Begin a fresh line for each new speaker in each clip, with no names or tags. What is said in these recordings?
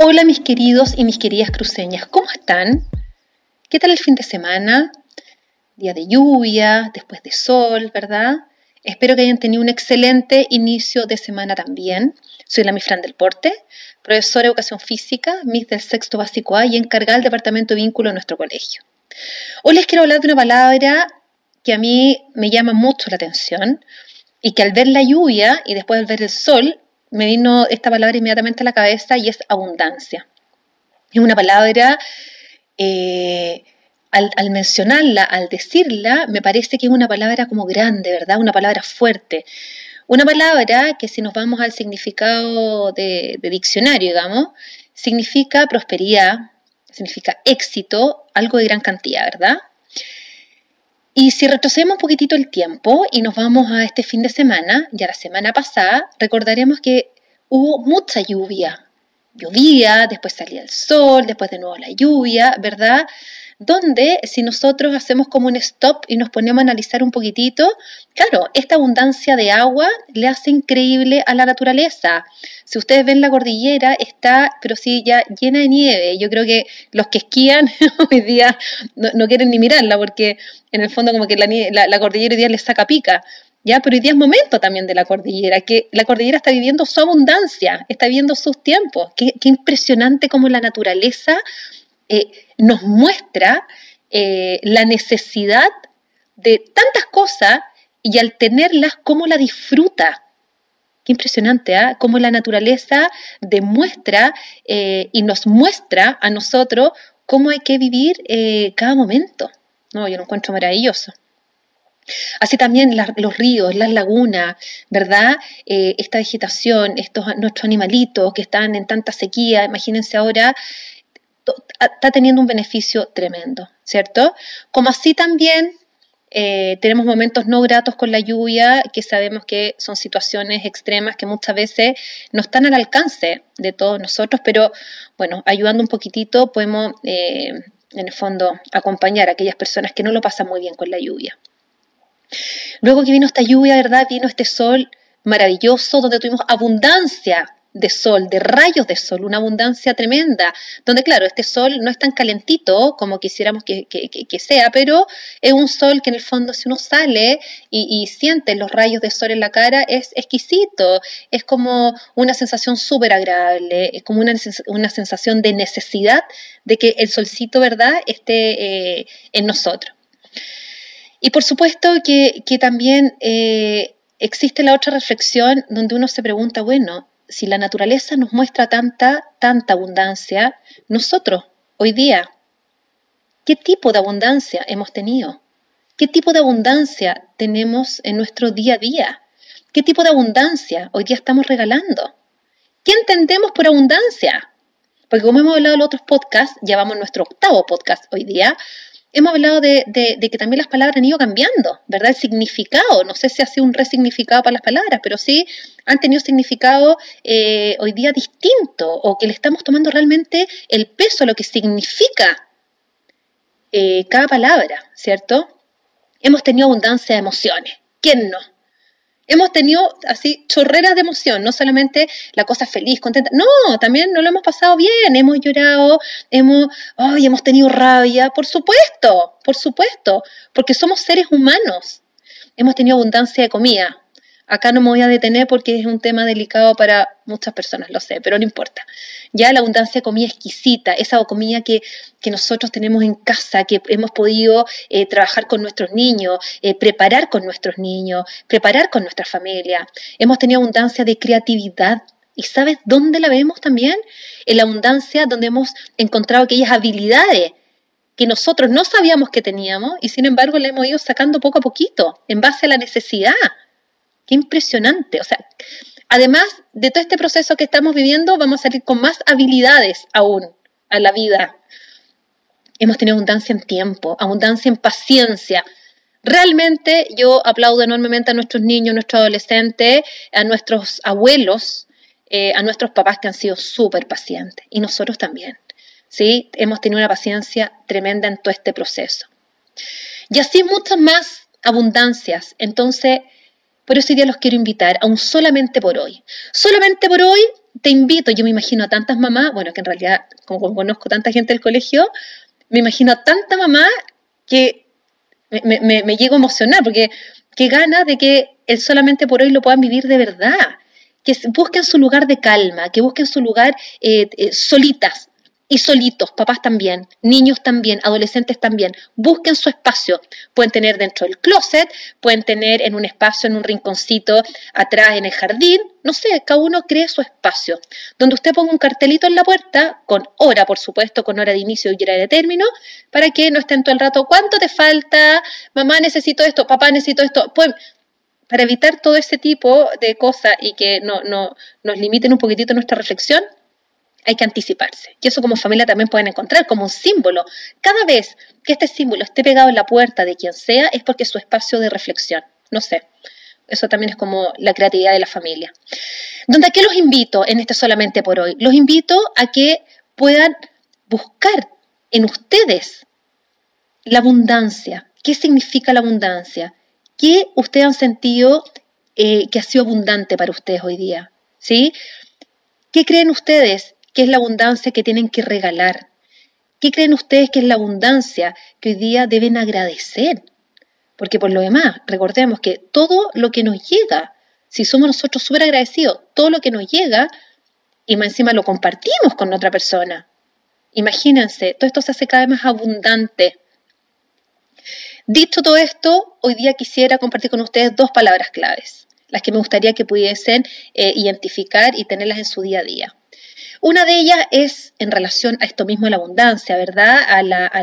Hola mis queridos y mis queridas cruceñas, ¿cómo están? ¿Qué tal el fin de semana? Día de lluvia, después de sol, ¿verdad? Espero que hayan tenido un excelente inicio de semana también. Soy la Miss Fran del Porte, profesora de Educación Física, Miss del Sexto Básico A y encargada del Departamento de Vínculo de nuestro colegio. Hoy les quiero hablar de una palabra que a mí me llama mucho la atención y que al ver la lluvia y después al ver el sol, me vino esta palabra inmediatamente a la cabeza y es abundancia. Es una palabra, al mencionarla, al decirla, me parece que es una palabra como grande, ¿verdad? Una palabra fuerte. Una palabra que si nos vamos al significado de diccionario, digamos, significa prosperidad, significa éxito, algo de gran cantidad, ¿verdad? Y si retrocedemos un poquitito el tiempo y nos vamos a este fin de semana, ya la semana pasada, recordaremos que hubo mucha lluvia. Llovía, después salía el sol, después de nuevo la lluvia, ¿verdad? Donde si nosotros hacemos como un stop y nos ponemos a analizar un poquitito, claro, esta abundancia de agua le hace increíble a la naturaleza. Si ustedes ven la cordillera, está, pero sí, ya llena de nieve. Yo creo que los que esquían hoy día no quieren ni mirarla porque en el fondo como que la cordillera hoy día les saca pica. ¿Ya? Pero hoy día es momento también de la cordillera, que la cordillera está viviendo su abundancia, está viviendo sus tiempos. Qué impresionante cómo la naturaleza nos muestra la necesidad de tantas cosas y al tenerlas, cómo la disfruta. Qué impresionante, ¿eh? Cómo la naturaleza demuestra y nos muestra a nosotros cómo hay que vivir cada momento. No, yo lo encuentro maravilloso. Así también los ríos, las lagunas, ¿verdad? Esta vegetación, nuestros animalitos que están en tanta sequía, imagínense ahora, está teniendo un beneficio tremendo, ¿cierto? Como así también tenemos momentos no gratos con la lluvia, que sabemos que son situaciones extremas que muchas veces no están al alcance de todos nosotros, pero bueno, ayudando un poquitito podemos, en el fondo, acompañar a aquellas personas que no lo pasan muy bien con la lluvia. Luego que vino esta lluvia, ¿verdad? Vino este sol maravilloso, donde tuvimos abundancia de sol, de rayos de sol, una abundancia tremenda, donde claro, este sol no es tan calentito como quisiéramos que sea, pero es un sol que en el fondo si uno sale y siente los rayos de sol en la cara, es exquisito, es como una sensación súper agradable, es como una sensación de necesidad de que el solcito, ¿verdad?, esté en nosotros. Y por supuesto que también existe la otra reflexión donde uno se pregunta, bueno, si la naturaleza nos muestra tanta abundancia, nosotros, hoy día, ¿qué tipo de abundancia hemos tenido? ¿Qué tipo de abundancia tenemos en nuestro día a día? ¿Qué tipo de abundancia hoy día estamos regalando? ¿Qué entendemos por abundancia? Porque como hemos hablado en otros podcasts, ya vamos a nuestro 8º podcast hoy día, hemos hablado de que también las palabras han ido cambiando, ¿verdad? El significado, no sé si ha sido un resignificado para las palabras, pero sí han tenido significado hoy día distinto o que le estamos tomando realmente el peso a lo que significa cada palabra, ¿cierto? Hemos tenido abundancia de emociones, ¿quién no? Hemos tenido así chorreras de emoción, no solamente la cosa feliz, contenta, no, también nos lo hemos pasado bien, hemos llorado, hemos tenido rabia, por supuesto, porque somos seres humanos. Hemos tenido abundancia de comida. Acá no me voy a detener porque es un tema delicado para muchas personas, lo sé, pero no importa. Ya la abundancia de comida exquisita, esa comida que nosotros tenemos en casa, que hemos podido trabajar con nuestros niños, preparar con nuestros niños, preparar con nuestra familia. Hemos tenido abundancia de creatividad. ¿Y sabes dónde la vemos también? En la abundancia donde hemos encontrado aquellas habilidades que nosotros no sabíamos que teníamos y sin embargo la hemos ido sacando poco a poquito, en base a la necesidad. ¡Qué impresionante! O sea, además de todo este proceso que estamos viviendo, vamos a salir con más habilidades aún a la vida. Hemos tenido abundancia en tiempo, abundancia en paciencia. Realmente yo aplaudo enormemente a nuestros niños, a nuestros adolescentes, a nuestros abuelos, a nuestros papás que han sido súper pacientes. Y nosotros también, ¿sí? Hemos tenido una paciencia tremenda en todo este proceso. Y así muchas más abundancias. Entonces, por eso hoy día los quiero invitar a un solamente por hoy. Solamente por hoy te invito, yo me imagino a tantas mamás, bueno, que en realidad, como conozco tanta gente del colegio, me imagino a tanta mamá que me llego a emocionar, porque qué ganas de que el solamente por hoy lo puedan vivir de verdad, que busquen su lugar de calma, que busquen su lugar solitas y solitos, papás también, niños también, adolescentes también, busquen su espacio. Pueden tener dentro del closet, pueden tener en un espacio, en un rinconcito atrás en el jardín, no sé, cada uno cree su espacio, donde usted ponga un cartelito en la puerta, con hora, por supuesto, con hora de inicio y hora de término, para que no estén todo el rato, ¿cuánto te falta? Mamá, necesito esto, papá, necesito esto. Pues, para evitar todo ese tipo de cosas y que nos limiten un poquitito nuestra reflexión, hay que anticiparse. Y eso como familia también pueden encontrar como un símbolo. Cada vez que este símbolo esté pegado en la puerta de quien sea, es porque es su espacio de reflexión. No sé. Eso también es como la creatividad de la familia. ¿Dónde a qué los invito en este solamente por hoy? Los invito a que puedan buscar en ustedes la abundancia. ¿Qué significa la abundancia? ¿Qué ustedes han sentido que ha sido abundante para ustedes hoy día? ¿Sí? ¿Qué creen ustedes que es la abundancia que tienen que regalar? ¿Qué creen ustedes que es la abundancia que hoy día deben agradecer? Porque por lo demás, recordemos que todo lo que nos llega, si somos nosotros súper agradecidos, todo lo que nos llega, y más encima lo compartimos con otra persona. Imagínense, todo esto se hace cada vez más abundante. Dicho todo esto, hoy día quisiera compartir con ustedes 2 palabras claves, las que me gustaría que pudiesen identificar y tenerlas en su día a día. Una de ellas es en relación a esto mismo de la abundancia, ¿verdad? A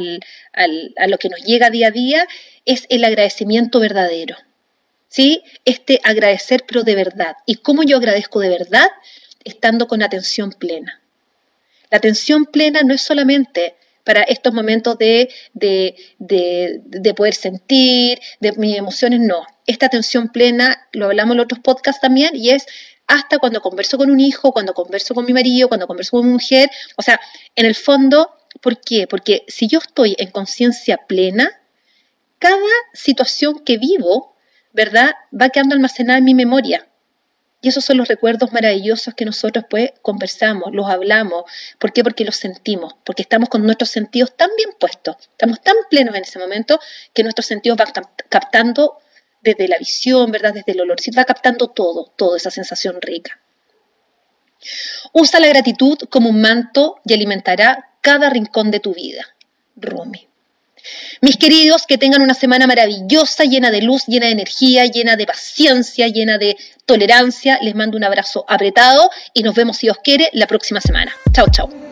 lo que nos llega día a día, es el agradecimiento verdadero, ¿sí? Este agradecer pero de verdad. ¿Y cómo yo agradezco de verdad? Estando con atención plena. La atención plena no es solamente para estos momentos de poder sentir, de mis emociones, no. Esta atención plena, lo hablamos en otros podcasts también, y es hasta cuando converso con un hijo, cuando converso con mi marido, cuando converso con mi mujer. O sea, en el fondo, ¿por qué? Porque si yo estoy en conciencia plena, cada situación que vivo, ¿verdad?, va quedando almacenada en mi memoria. Y esos son los recuerdos maravillosos que nosotros pues conversamos, los hablamos. ¿Por qué? Porque los sentimos, porque estamos con nuestros sentidos tan bien puestos, estamos tan plenos en ese momento que nuestros sentidos van captando desde la visión, ¿verdad?, desde el olor, sí, va captando toda esa sensación rica. Usa la gratitud como un manto y alimentará cada rincón de tu vida. Rumi. Mis queridos, que tengan una semana maravillosa, llena de luz, llena de energía, llena de paciencia, llena de tolerancia. Les mando un abrazo apretado y nos vemos, si Dios quiere, la próxima semana. Chao, chao.